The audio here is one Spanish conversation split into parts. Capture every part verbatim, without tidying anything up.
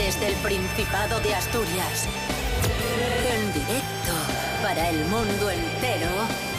Desde el Principado de Asturias, en directo para el mundo entero,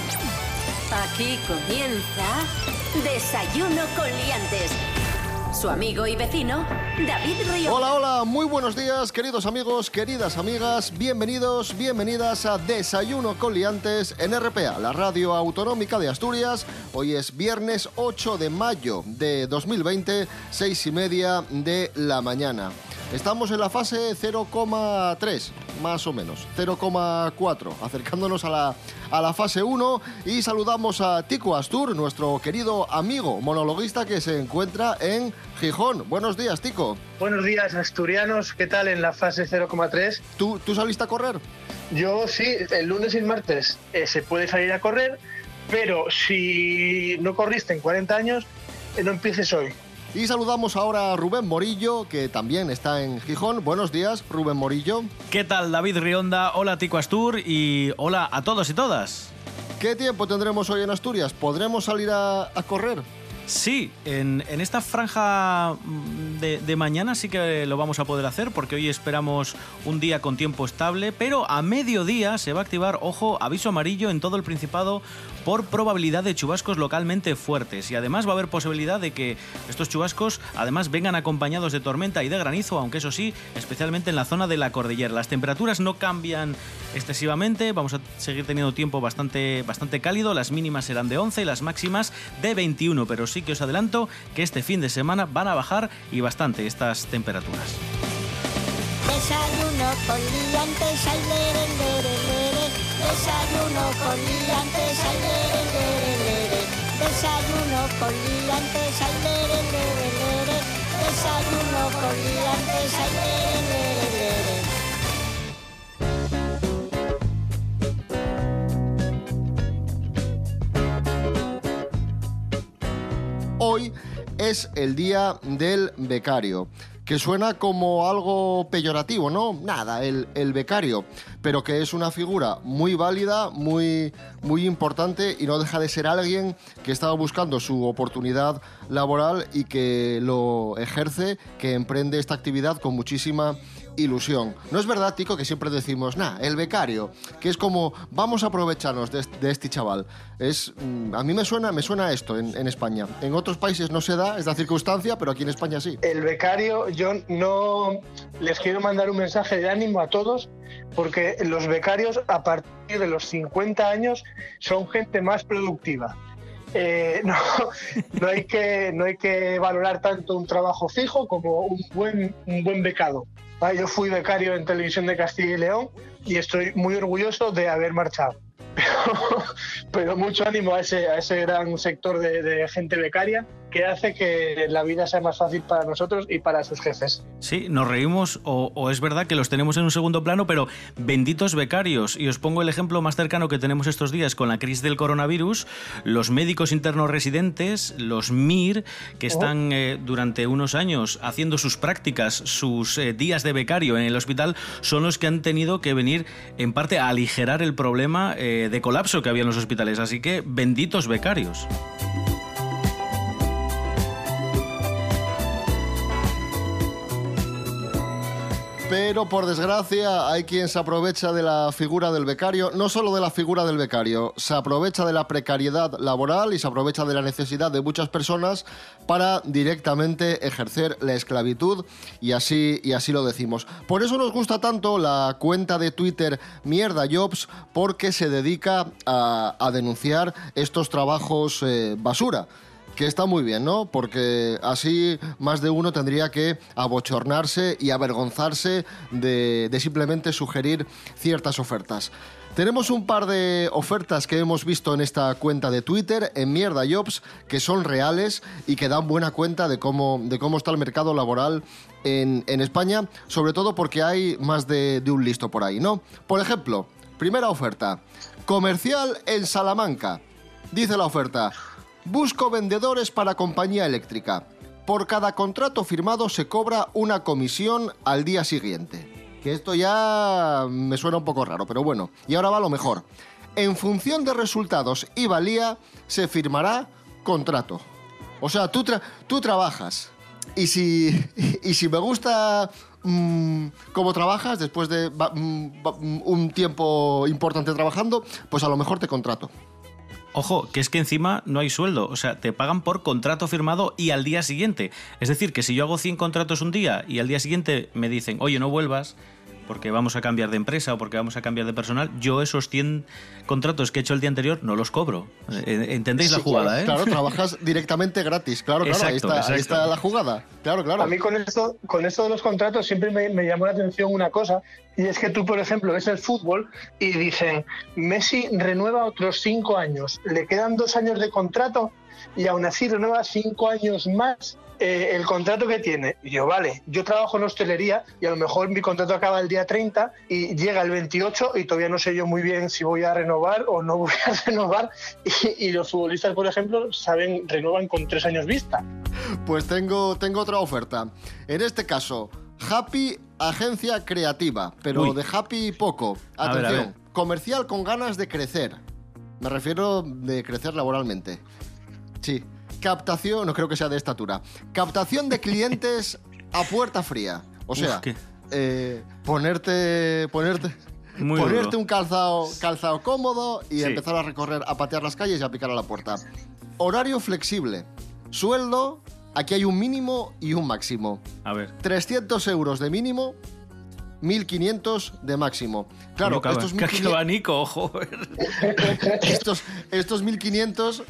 aquí comienza Desayuno con Liantes. Su amigo y vecino, David Rionda. Hola, hola, muy buenos días, queridos amigos, queridas amigas. Bienvenidos, bienvenidas a Desayuno con Liantes en R P A, la radio autonómica de Asturias. Hoy es viernes ocho de mayo de dos mil veinte, seis y media de la mañana. Estamos en la fase cero coma tres, más o menos, cero coma cuatro, acercándonos a la, a la fase uno, y saludamos a Tico Astur, nuestro querido amigo monologuista que se encuentra en Gijón. Buenos días, Tico. Buenos días, asturianos. ¿Qué tal en la fase cero coma tres? ¿Tú, ¿Tú saliste a correr? Yo sí, el lunes y el martes eh, se puede salir a correr, pero si no corriste en cuarenta años, eh, no empieces hoy. Y saludamos ahora a Rubén Morillo, que también está en Gijón. Buenos días, Rubén Morillo. ¿Qué tal, David Rionda? Hola, Tico Astur, y hola a todos y todas. ¿Qué tiempo tendremos hoy en Asturias? ¿Podremos salir a, a correr? Sí, en, en esta franja de, de mañana sí que lo vamos a poder hacer, porque hoy esperamos un día con tiempo estable, pero a mediodía se va a activar, ojo, aviso amarillo en todo el Principado por probabilidad de chubascos localmente fuertes, y además va a haber posibilidad de que estos chubascos además vengan acompañados de tormenta y de granizo, aunque eso sí, especialmente en la zona de la cordillera. Las temperaturas no cambian excesivamente, vamos a seguir teniendo tiempo bastante, bastante cálido, las mínimas serán de once y las máximas de veintiuno, pero sí que os adelanto que este fin de semana van a bajar y bastante estas temperaturas. Desayuno con liantes, ay, lere, lere, lere. Desayuno con liantes, ay, lere, lere, lere. Desayuno con liantes, ay, lere, lere, lere. Desayuno con liantes, ay, lere, lere, lere. Hoy es el día del becario, que suena como algo peyorativo, ¿no? Nada, el, el becario, pero que es una figura muy válida, muy, muy importante, y no deja de ser alguien que estaba buscando su oportunidad laboral y que lo ejerce, que emprende esta actividad con muchísima ilusión. No es verdad, Tico, que siempre decimos, nah, el becario, que es como, vamos a aprovecharnos de, de este chaval. Es, a mí me suena, me suena esto en, en España. En otros países no se da esta circunstancia, pero aquí en España sí. El becario, yo no les quiero mandar un mensaje de ánimo a todos, porque los becarios a partir de los cincuenta años son gente más productiva. Eh, no, no, hay que, no hay que valorar tanto un trabajo fijo como un buen, un buen becado. Yo fui becario en Televisión de Castilla y León y estoy muy orgulloso de haber marchado. Pero, pero mucho ánimo a ese, a ese gran sector de, de gente becaria, que hace que la vida sea más fácil para nosotros y para sus jefes. Sí, nos reímos, o, o es verdad que los tenemos en un segundo plano, pero benditos becarios. Y os pongo el ejemplo más cercano que tenemos estos días con la crisis del coronavirus. Los médicos internos residentes, los M I R, que están eh, durante unos años haciendo sus prácticas, sus eh, días de becario en el hospital, son los que han tenido que venir en parte a aligerar el problema eh, de colapso que había en los hospitales. Así que benditos becarios. Pero por desgracia hay quien se aprovecha de la figura del becario, no solo de la figura del becario, se aprovecha de la precariedad laboral y se aprovecha de la necesidad de muchas personas para directamente ejercer la esclavitud, y así, y así lo decimos. Por eso nos gusta tanto la cuenta de Twitter Mierda Jobs, porque se dedica a, a denunciar estos trabajos eh, basura. Que está muy bien, ¿no? Porque así más de uno tendría que abochornarse y avergonzarse de, de simplemente sugerir ciertas ofertas. Tenemos un par de ofertas que hemos visto en esta cuenta de Twitter, en Mierda Jobs, que son reales y que dan buena cuenta de cómo, de cómo está el mercado laboral en, en España, sobre todo porque hay más de, de un listo por ahí, ¿no? Por ejemplo, primera oferta, comercial en Salamanca. Dice la oferta: busco vendedores para compañía eléctrica. Por cada contrato firmado se cobra una comisión al día siguiente. Que esto ya me suena un poco raro, pero bueno. Y ahora va lo mejor. En función de resultados y valía, se firmará contrato. O sea, tú, tra- tú trabajas. Y si, y si me gusta mmm, cómo trabajas, después de ba, mm, ba, mm, un tiempo importante trabajando, pues a lo mejor te contrato. Ojo, que es que encima no hay sueldo, o sea, te pagan por contrato firmado y al día siguiente. Es decir, que si yo hago cien contratos un día y al día siguiente me dicen, oye, no vuelvas porque vamos a cambiar de empresa o porque vamos a cambiar de personal, yo esos cien contratos que he hecho el día anterior no los cobro. ¿Entendéis Sí, la jugada, claro, eh? Claro, trabajas directamente gratis, claro, claro, ahí, Exacto, está, exacto. ahí está la jugada, claro, claro. A mí con esto, con esto de los contratos siempre me, me llamó la atención una cosa, y es que tú, por ejemplo, ves el fútbol y dicen, Messi renueva otros cinco años, le quedan dos años de contrato y aún así renueva cinco años más eh, el contrato que tiene. Y yo, vale, yo trabajo en hostelería y a lo mejor mi contrato acaba el día treinta y llega el veintiocho y todavía no sé yo muy bien si voy a renovar o no voy a renovar, y, y los futbolistas, por ejemplo, saben, renuevan con tres años vista. Pues tengo, tengo otra oferta. En este caso, Happy Agencia Creativa, pero Uy. de Happy poco. A ver, Atención, a ver. comercial con ganas de crecer. Me refiero de crecer laboralmente. Sí. Captación, no creo que sea de estatura. Captación de clientes a puerta fría. O sea, Uf, ¿qué? eh, ponerte, ponerte, Muy ponerte duro. un calzado, calzado cómodo y Sí. empezar a recorrer, a patear las calles y a picar a la puerta. Horario flexible. Sueldo, aquí hay un mínimo y un máximo. A ver. trescientos euros de mínimo, mil quinientos de máximo. Claro, Coño, estos qué mil quinientos... abanico, ojo. Estos, estos mil quinientos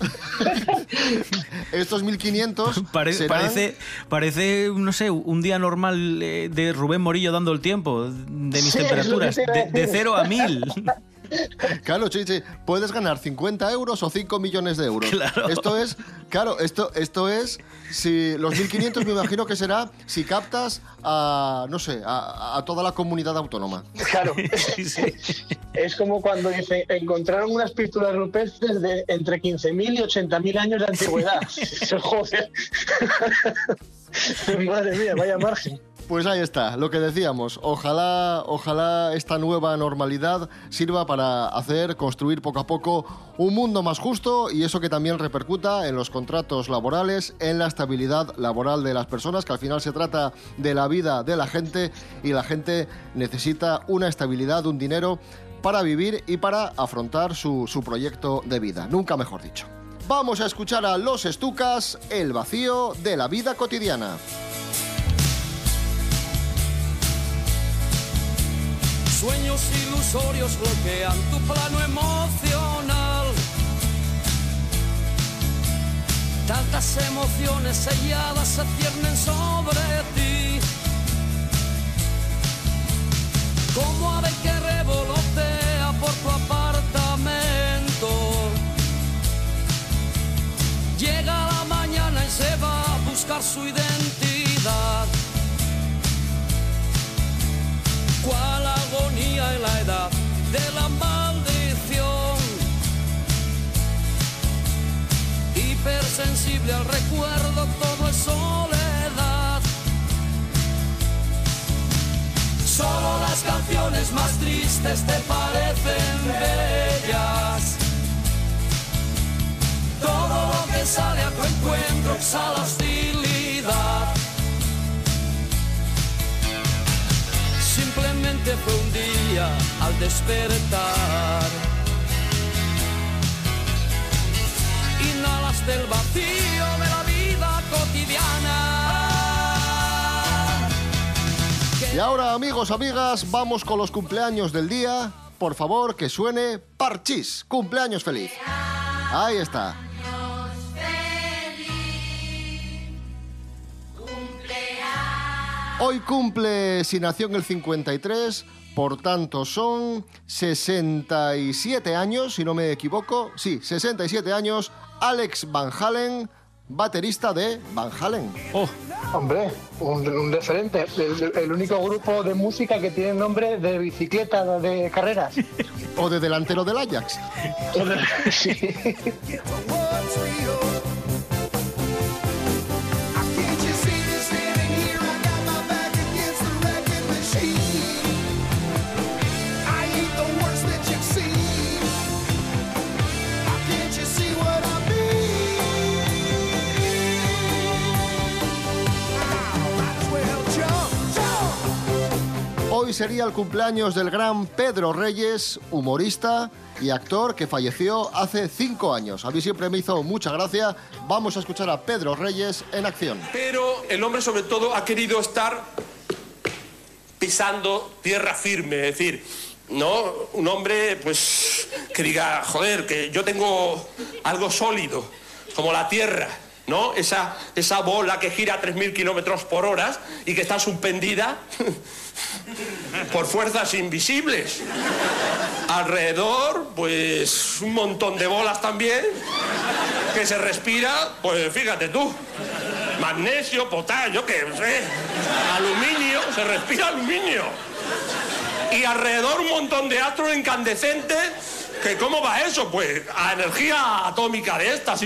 estos mil quinientos Pare- serán... parece, parece, no sé, un día normal eh, de Rubén Morillo dando el tiempo de mis Sí, temperaturas, es lo que te iba a de, de decir. cero a mil. Claro, sí, sí. Puedes ganar cincuenta euros o cinco millones de euros. Claro. Esto es, claro, esto, esto es, si los mil quinientos me imagino que será si captas a, no sé, a, a toda la comunidad autónoma. Claro. Sí, sí. Es como cuando dicen, encontraron unas pinturas rupestres de entre quince mil y ochenta mil años de antigüedad. Joder. Madre mía, vaya margen. Pues ahí está, lo que decíamos. Ojalá, ojalá esta nueva normalidad sirva para hacer, construir poco a poco un mundo más justo, y eso que también repercuta en los contratos laborales, en la estabilidad laboral de las personas, que al final se trata de la vida de la gente, y la gente necesita una estabilidad, un dinero para vivir y para afrontar su, su proyecto de vida. Nunca mejor dicho. Vamos a escuchar a Los Estucas, El vacío de la vida cotidiana. Sueños ilusorios bloquean tu plano emocional. Tantas emociones selladas se ciernen sobre ti. Como ave que revolotea por tu apartamento. Llega la mañana y se va a buscar su identidad. Cuál agonía en la edad de la maldición. Hipersensible al recuerdo, todo es soledad. Solo las canciones más tristes te parecen bellas. Todo lo que sale a tu encuentro exhala hostilidad. Simplemente fue un día al despertar. Inhalaste el vacío de la vida cotidiana. Y ahora, amigos, amigas, vamos con los cumpleaños del día. Por favor, que suene Parchís. Cumpleaños feliz. Ahí está. Hoy cumple, si nació en el cincuenta y tres, por tanto son sesenta y siete años, si no me equivoco. Sí, sesenta y siete años, Alex Van Halen, baterista de Van Halen. Oh, Hombre, un, un referente. El, el único grupo de música que tiene nombre de bicicleta de carreras. O de delantero del Ajax. Sí. Jump, jump. Hoy sería el cumpleaños del gran Pedro Reyes, humorista y actor que falleció hace cinco años. A mí siempre me hizo mucha gracia. Vamos a escuchar a Pedro Reyes en acción. Pero el hombre sobre todo ha querido estar pisando tierra firme, es decir, no un hombre pues que diga, joder, que yo tengo algo sólido, como la tierra, ¿no? Esa, esa bola que gira a tres mil kilómetros por hora y que está suspendida por fuerzas invisibles. Alrededor, pues, un montón de bolas también, que se respira, pues, fíjate tú, magnesio, potasio, que sé, aluminio, se respira aluminio. Y alrededor un montón de astros incandescentes, que ¿cómo va eso? Pues, a energía atómica de estas, y...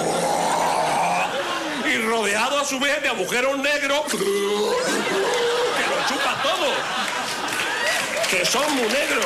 y rodeado a su vez de agujeros negros, que lo chupa todo, que son muy negros.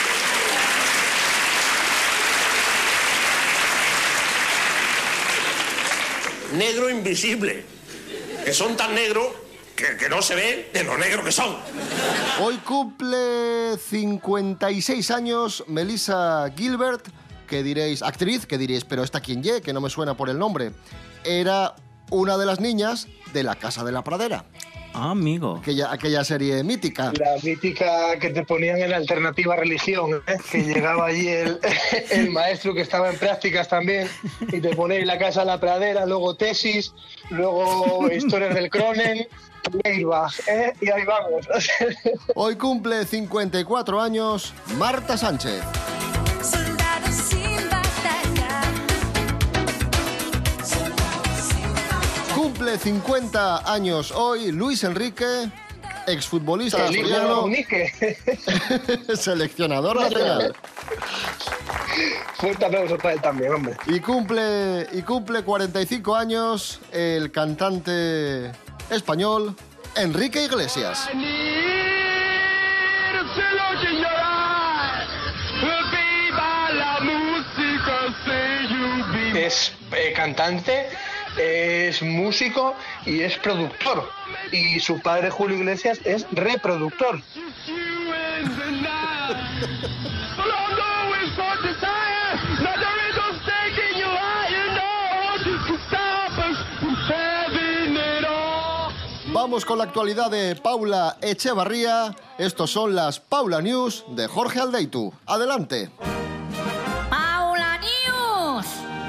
Negro invisible, que son tan negros que, que no se ve de lo negro que son. Hoy cumple cincuenta y seis años Melissa Gilbert, que diréis, actriz, que diréis, pero ¿esta quién ye? Que no me suena por el nombre. Era una de las niñas de La Casa de la Pradera. Ah, amigo. Aquella, aquella serie mítica. La mítica que te ponían en Alternativa Religión, ¿eh? Que llegaba allí el, el maestro que estaba en prácticas también y te ponía La Casa de la Pradera, luego Tesis, luego Historias del Cronen, Leibach, ¿eh? Y ahí vamos. Hoy cumple cincuenta y cuatro años Marta Sánchez. Cumple cincuenta años hoy Luis Enrique, exfutbolista asturiano, seleccionador nacional. Fuerte aplauso para él también, hombre. Y cumple, y cumple cuarenta y cinco años el cantante español Enrique Iglesias. Es eh, cantante, es músico y es productor. Y su padre, Julio Iglesias, es reproductor. Vamos con la actualidad de Paula Echevarría. Estos son las Paula News de Jorge Aldeitu. Adelante. Paula News.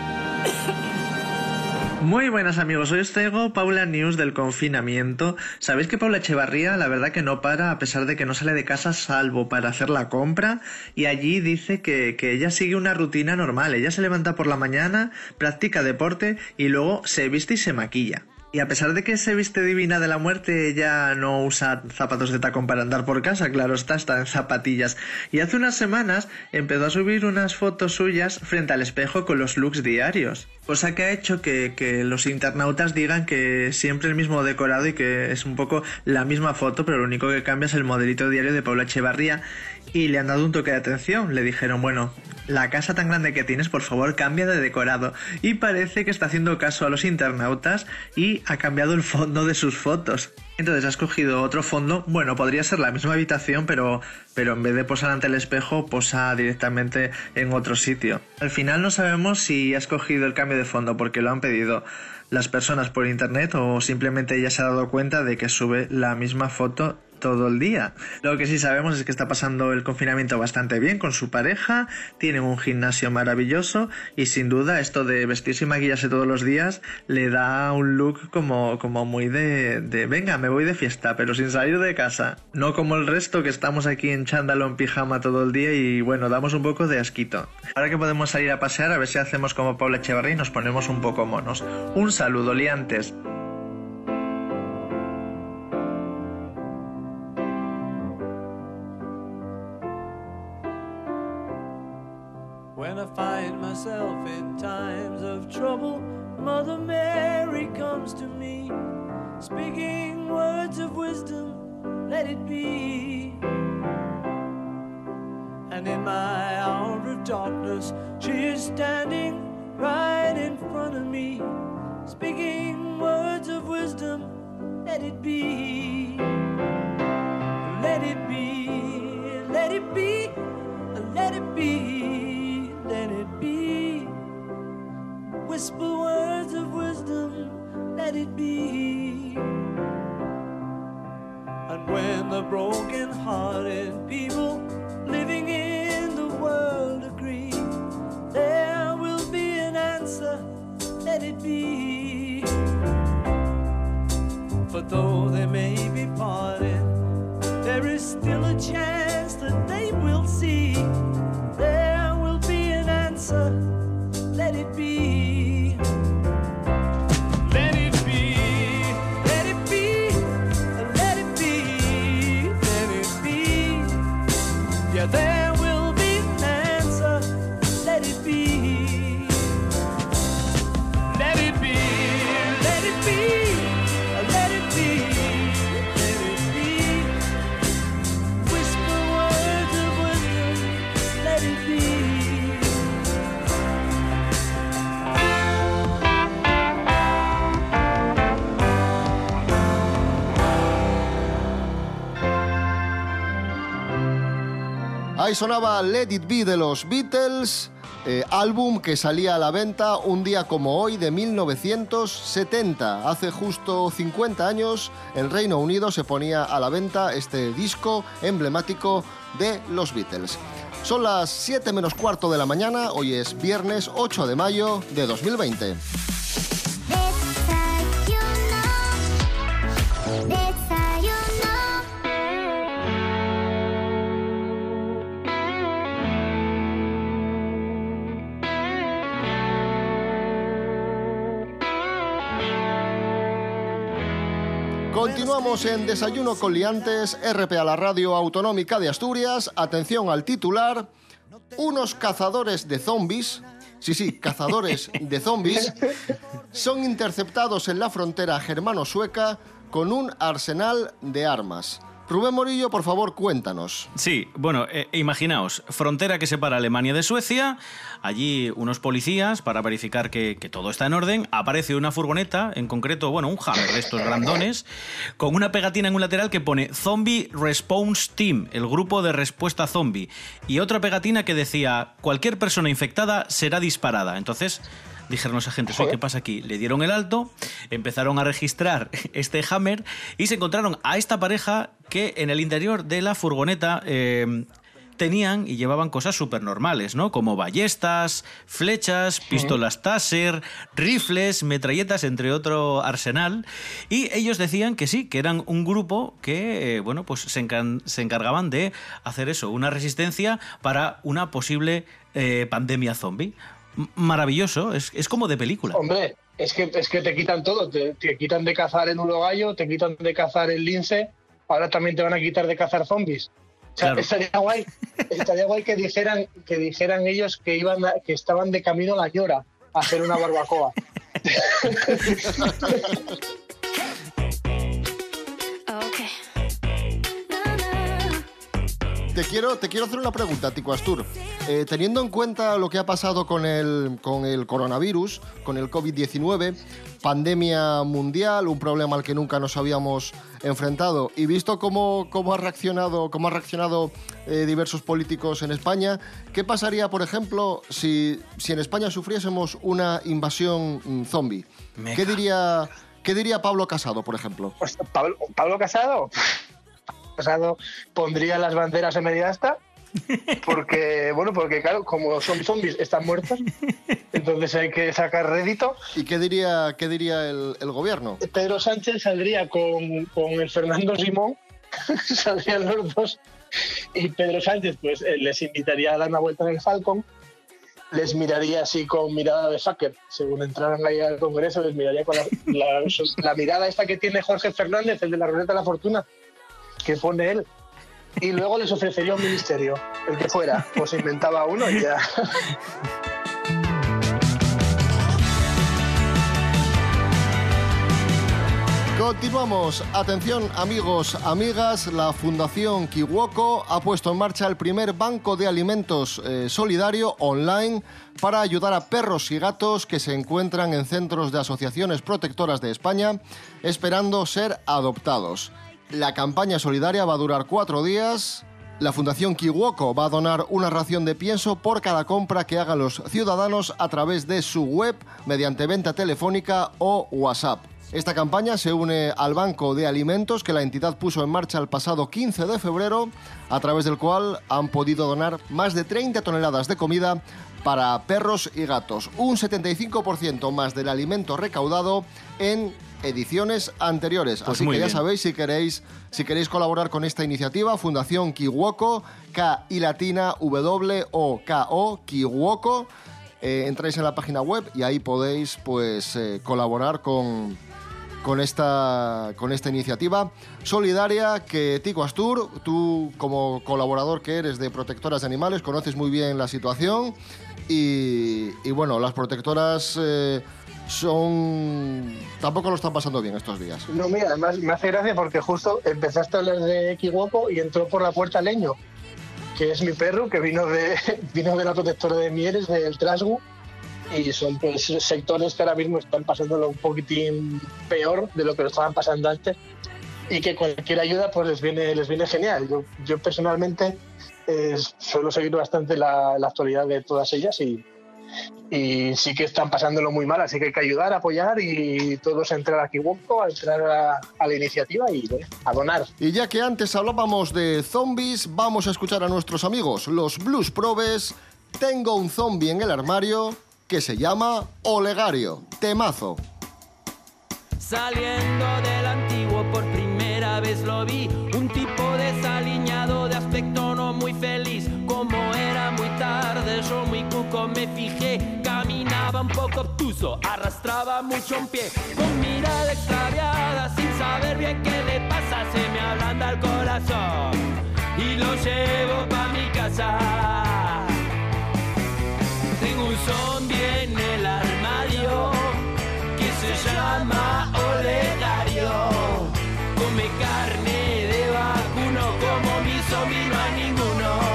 Muy buenas amigos, hoy os traigo Paula News del confinamiento. Sabéis que Paula Echevarría la verdad que no para, a pesar de que no sale de casa salvo para hacer la compra, y allí dice que, que ella sigue una rutina normal. Ella se levanta por la mañana, practica deporte y luego se viste y se maquilla. Y a pesar de que se viste divina de la muerte, ella no usa zapatos de tacón para andar por casa, claro está, está en zapatillas. Y hace unas semanas empezó a subir unas fotos suyas frente al espejo con los looks diarios. Cosa que ha hecho que, que los internautas digan que siempre el mismo decorado y que es un poco la misma foto, pero lo único que cambia es el modelito diario de Paula Echevarría. Y le han dado un toque de atención, le dijeron, bueno, la casa tan grande que tienes, por favor, cambia de decorado. Y parece que está haciendo caso a los internautas y ha cambiado el fondo de sus fotos. Entonces ha escogido otro fondo, bueno, podría ser la misma habitación, pero, pero en vez de posar ante el espejo, posa directamente en otro sitio. Al final no sabemos si ha escogido el cambio de fondo porque lo han pedido las personas por internet o simplemente ella se ha dado cuenta de que sube la misma foto todo el día. Lo que sí sabemos es que está pasando el confinamiento bastante bien con su pareja, tienen un gimnasio maravilloso y sin duda esto de vestirse y maquillarse todos los días le da un look como, como muy de, de venga, me voy de fiesta, pero sin salir de casa. No como el resto que estamos aquí en chándal o en pijama todo el día y bueno, damos un poco de asquito. Ahora que podemos salir a pasear, a ver si hacemos como Paula Echevarría y nos ponemos un poco monos. Un saludo, liantes. When I find myself in times of trouble, Mother Mary comes to me, speaking words of wisdom, let it be. And in my hour of darkness, she is standing right in front of me, speaking words of wisdom, let it be, let it be. it be. And when the broken-hearted people living in the world agree, there will be an answer, let it be. For though they may be parted, there is still a chance that they will see. There will be an answer, let it be. Let it be, let it be, let it be, let it be. Yeah, there will be an answer, let it be. Let it be, let it be, let it be, let it be. Whisper words of wisdom, let it be. Ahí sonaba Let It Be de los Beatles, eh, álbum que salía a la venta un día como hoy de mil novecientos setenta. Hace justo cincuenta años en Reino Unido se ponía a la venta este disco emblemático de los Beatles. Son las siete menos cuarto de la mañana, hoy es viernes ocho de mayo de dos mil veinte. Continuamos en Desayuno con Liantes, R P A, la radio autonómica de Asturias. Atención al titular: unos cazadores de zombies, sí, sí, cazadores de zombies, son interceptados en la frontera germano-sueca con un arsenal de armas. Rubén Morillo, por favor, cuéntanos. Sí, bueno, eh, imaginaos, frontera que separa Alemania de Suecia, allí unos policías para verificar que, que todo está en orden, aparece una furgoneta, en concreto, bueno, un Hammer de estos grandones, con una pegatina en un lateral que pone Zombie Response Team, el grupo de respuesta zombie, y otra pegatina que decía cualquier persona infectada será disparada. Entonces dijeron los agentes, oye, ¿qué pasa aquí? Le dieron el alto, empezaron a registrar este Hammer y se encontraron a esta pareja que en el interior de la furgoneta eh, tenían y llevaban cosas súper normales, ¿no? Como ballestas, flechas, pistolas Taser, rifles, metralletas, entre otro arsenal. Y ellos decían que sí, que eran un grupo que, eh, bueno, pues se, encan- se encargaban de hacer eso, una resistencia para una posible eh, pandemia zombie. Maravilloso, es, es como de película. Hombre, es que, es que te quitan todo, te, te quitan de cazar el ulo gallo, te quitan de cazar el lince, ahora también te van a quitar de cazar zombies. O sea, Claro. estaría guay, estaría guay que dijeran, que dijeran ellos que iban a- que estaban de camino a La Llora a hacer una barbacoa. Te quiero, te quiero hacer una pregunta, Tico Astur. Eh, teniendo en cuenta lo que ha pasado con el, con el coronavirus, con el covid diecinueve, pandemia mundial, un problema al que nunca nos habíamos enfrentado, y visto cómo, cómo ha reaccionado, cómo ha reaccionado eh, diversos políticos en España, ¿qué pasaría, por ejemplo, si, si en España sufriésemos una invasión mm, zombie? Meca. ¿Qué diría, qué diría Pablo Casado, por ejemplo? Pues, Pablo, Pablo Casado, Casado pondría las banderas en media asta, porque, bueno, porque claro, como son zombies, están muertos, entonces hay que sacar rédito. ¿Y qué diría, qué diría el, el gobierno? Pedro Sánchez saldría con, con el Fernando Simón, saldrían los dos, y Pedro Sánchez pues eh, les invitaría a dar una vuelta en el Falcon, les miraría así con mirada de fucker, según entraran ahí al Congreso, les miraría con la, la, la mirada esta que tiene Jorge Fernández, el de la Ruleta de la Fortuna, que pone él, y luego les ofrecería un ministerio, el que fuera, pues inventaba uno y ya. Continuamos. Atención, amigos, amigas. La Fundación Kiwoko ha puesto en marcha el primer banco de alimentos eh, solidario online para ayudar a perros y gatos que se encuentran en centros de asociaciones protectoras de España esperando ser adoptados. La campaña solidaria va a durar cuatro días. La Fundación Kiwoko va a donar una ración de pienso por cada compra que hagan los ciudadanos a través de su web mediante venta telefónica o WhatsApp. Esta campaña se une al Banco de Alimentos que la entidad puso en marcha el pasado quince de febrero, a través del cual han podido donar más de treinta toneladas de comida para perros y gatos, un setenta y cinco por ciento más del alimento recaudado en ediciones anteriores. Pues Así que ya bien. sabéis, si queréis, si queréis colaborar con esta iniciativa, Fundación Kiwoko, K I latina W O K O, Kiwoko, eh, entráis en la página web y ahí podéis pues eh, colaborar con, con, esta, con esta iniciativa solidaria que Tico Astur, tú como colaborador que eres de Protectoras de Animales, conoces muy bien la situación y, y bueno, las protectoras... Eh, son... tampoco lo están pasando bien estos días. No, mira, además me hace gracia porque justo empezaste a hablar de Kiwoko y entró por la puerta Leño, que es mi perro, que vino de vino de la protectora de Mieres, del Trasgu, y son pues sectores que ahora mismo están pasándolo un poquitín peor de lo que lo estaban pasando antes, y que cualquier ayuda pues les viene, les viene genial. Yo, yo personalmente eh, suelo seguir bastante la, la actualidad de todas ellas y y sí que están pasándolo muy mal, así que hay que ayudar, apoyar y todos a entrar a Kiwoko, a entrar a, a la iniciativa y bueno, a donar. Y ya que antes hablábamos de zombies, vamos a escuchar a nuestros amigos, los Blues Probes. Tengo un zombie en el armario que se llama Olegario. Temazo. Saliendo del antiguo por primera vez lo vi, un tipo desaliñado de aspecto no muy feliz. Como era muy tarde, yo muy cuco me fijé, caminaba un poco obtuso, arrastraba mucho un pie, con mirada extraviada, sin saber bien qué le pasa, se me ablanda el corazón y lo llevo pa' mi casa. Tengo un zombie en el armario que se llama Olegario, come carne de vacuno, como mi zombie no hay ninguno.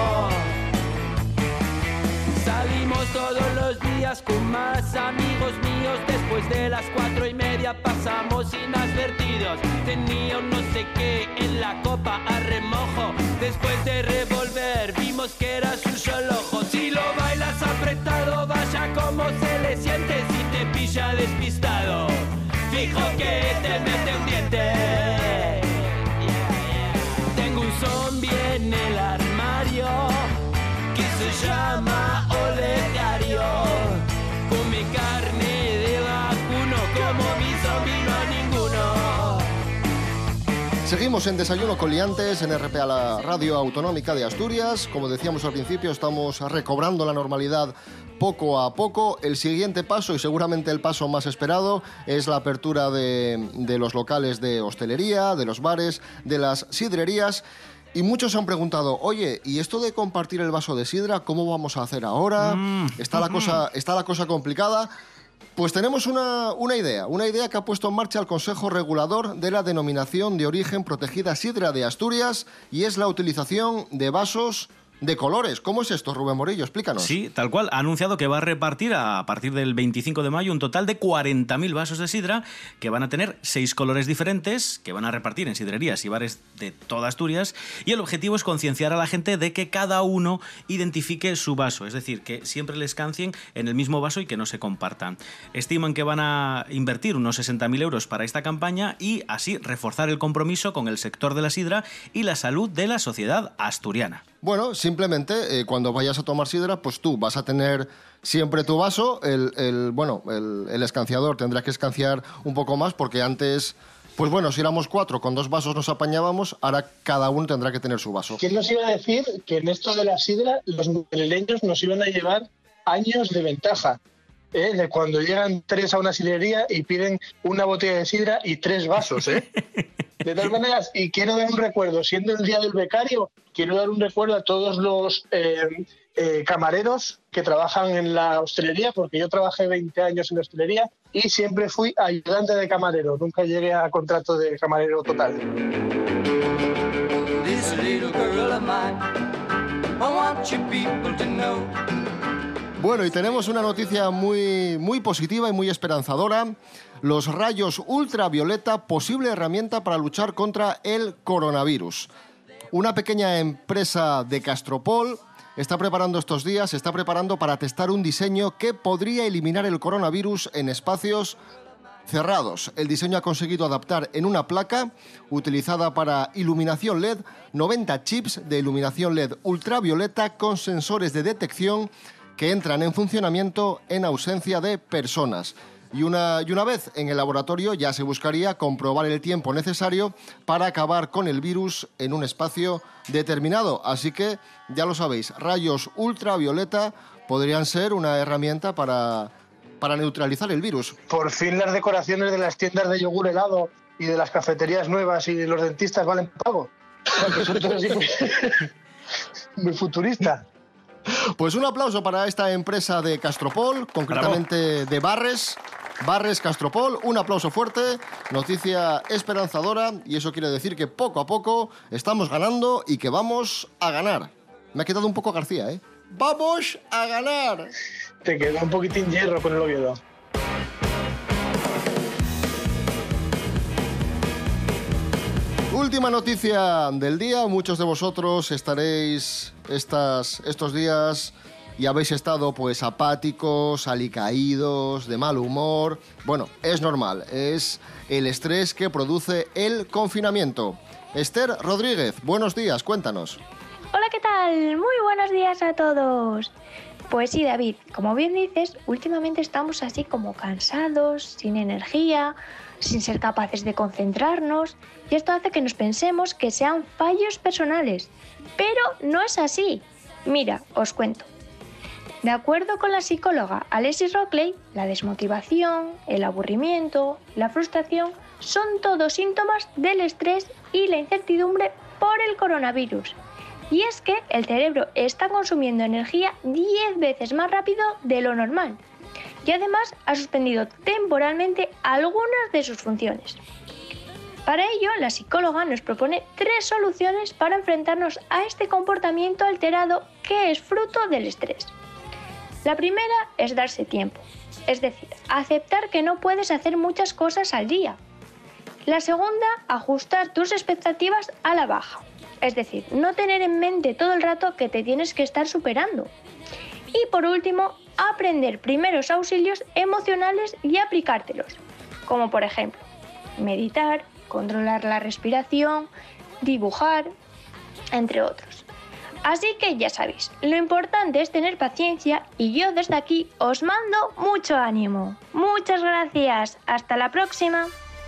Salimos todos los días con más amigos míos, después de las cuatro y media pasamos inadvertidos. Tenía un no sé qué en la copa a remojo, después de revolver vimos que era su solo ojo. Si lo bailas apretado, vaya como se le siente, si te pilla despistado, fijo que te mete un diente. Tengo un zombie en el armario que se llama Olegario, come carne de vacuno, como mi zombie no hay ninguno. Seguimos en Desayuno con Liantes, en R P A, la radio autonómica de Asturias. Como decíamos al principio, estamos recobrando la normalidad poco a poco. El siguiente paso, y seguramente el paso más esperado, es la apertura de, de los locales de hostelería, de los bares, de las sidrerías. Y muchos se han preguntado, oye, ¿y esto de compartir el vaso de sidra, cómo vamos a hacer ahora? Mm. ¿Está la cosa, está la cosa complicada? Pues tenemos una, una idea, una idea que ha puesto en marcha el Consejo Regulador de la Denominación de Origen Protegida Sidra de Asturias, y es la utilización de vasos de colores. ¿Cómo es esto, Rubén Morillo? Explícanos. Sí, tal cual. Ha anunciado que va a repartir a partir del veinticinco de mayo un total de cuarenta mil vasos de sidra que van a tener seis colores diferentes, que van a repartir en sidrerías y bares de toda Asturias, y el objetivo es concienciar a la gente de que cada uno identifique su vaso, es decir, que siempre les cancien en el mismo vaso y que no se compartan. Estiman que van a invertir unos sesenta mil euros para esta campaña y así reforzar el compromiso con el sector de la sidra y la salud de la sociedad asturiana. Bueno, simplemente eh, cuando vayas a tomar sidra, pues tú vas a tener siempre tu vaso, el, el, bueno, el, el escanciador tendrá que escanciar un poco más porque antes, pues bueno, si éramos cuatro, con dos vasos nos apañábamos, ahora cada uno tendrá que tener su vaso. ¿Quién nos iba a decir que en esto de la sidra los madrileños nos iban a llevar años de ventaja? ¿Eh? De cuando llegan tres a una sidrería y piden una botella de sidra y tres vasos, ¿eh? De todas maneras, y quiero dar un recuerdo, siendo el Día del Becario, quiero dar un recuerdo a todos los eh, eh, camareros que trabajan en la hostelería, porque yo trabajé veinte años en la hostelería y siempre fui ayudante de camarero, nunca llegué a contrato de camarero total. This little girl of mine, I want you people to know. Bueno, y tenemos una noticia muy, muy positiva y muy esperanzadora. Los rayos ultravioleta, posible herramienta para luchar contra el coronavirus. Una pequeña empresa de Castropol está preparando estos días, se está preparando para testar un diseño que podría eliminar el coronavirus en espacios cerrados. El diseño ha conseguido adaptar en una placa utilizada para iluminación L E D noventa chips de iluminación L E D ultravioleta con sensores de detección que entran en funcionamiento en ausencia de personas. Y una, y una vez en el laboratorio ya se buscaría comprobar el tiempo necesario para acabar con el virus en un espacio determinado. Así que, ya lo sabéis, rayos ultravioleta podrían ser una herramienta para, para neutralizar el virus. Por fin las decoraciones de las tiendas de yogur helado y de las cafeterías nuevas y de los dentistas valen pago. Porque son todos así muy, muy futuristas. Pues un aplauso para esta empresa de Castropol, concretamente Bravo. de Barres. Barres Castropol, un aplauso fuerte, noticia esperanzadora, y eso quiere decir que poco a poco estamos ganando y que vamos a ganar. Me ha quedado un poco García, ¿eh? ¡Vamos a ganar! Te queda un poquitín hierro con el Oviedo. Última noticia del día. Muchos de vosotros estaréis estas, estos días y habéis estado pues apáticos, alicaídos, de mal humor. Bueno, es normal, es el estrés que produce el confinamiento. Esther Rodríguez, buenos días, cuéntanos. Hola, ¿qué tal? Muy buenos días a todos. Pues sí, David, como bien dices, últimamente estamos así como cansados, sin energía, sin ser capaces de concentrarnos, y esto hace que nos pensemos que sean fallos personales. Pero no es así. Mira, os cuento. De acuerdo con la psicóloga Alexis Rockley, la desmotivación, el aburrimiento, la frustración son todos síntomas del estrés y la incertidumbre por el coronavirus. Y es que el cerebro está consumiendo energía diez veces más rápido de lo normal. Y además ha suspendido temporalmente algunas de sus funciones. Para ello, la psicóloga nos propone tres soluciones para enfrentarnos a este comportamiento alterado que es fruto del estrés. La primera es darse tiempo, es decir, aceptar que no puedes hacer muchas cosas al día. La segunda, ajustar tus expectativas a la baja, es decir, no tener en mente todo el rato que te tienes que estar superando. Y por último, aprender primeros auxilios emocionales y aplicártelos, como por ejemplo, meditar, controlar la respiración, dibujar, entre otros. Así que ya sabéis, lo importante es tener paciencia y yo desde aquí os mando mucho ánimo. Muchas gracias, hasta la próxima.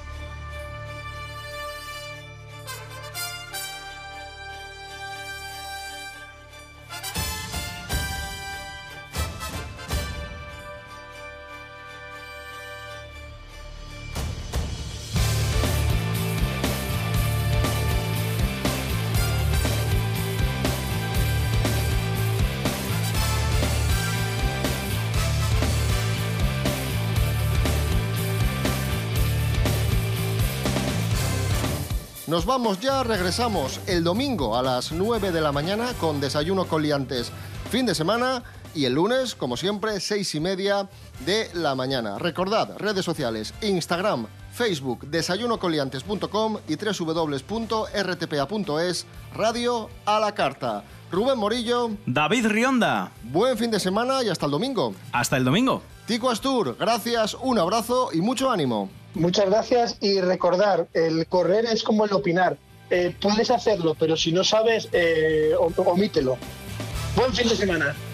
Nos vamos ya, regresamos el domingo a las nueve de la mañana con Desayuno con Liantes fin de semana y el lunes, como siempre, seis y media de la mañana. Recordad, redes sociales, Instagram, Facebook, desayuno con liantes punto com y doble u doble u doble u punto r t p a punto es, radio a la carta. Rubén Morillo. David Rionda. Buen fin de semana y hasta el domingo. Hasta el domingo. Tico Astur, gracias, un abrazo y mucho ánimo. Muchas gracias y recordar, el correr es como el opinar. Eh, puedes hacerlo, pero si no sabes, eh, omítelo. Buen fin de semana.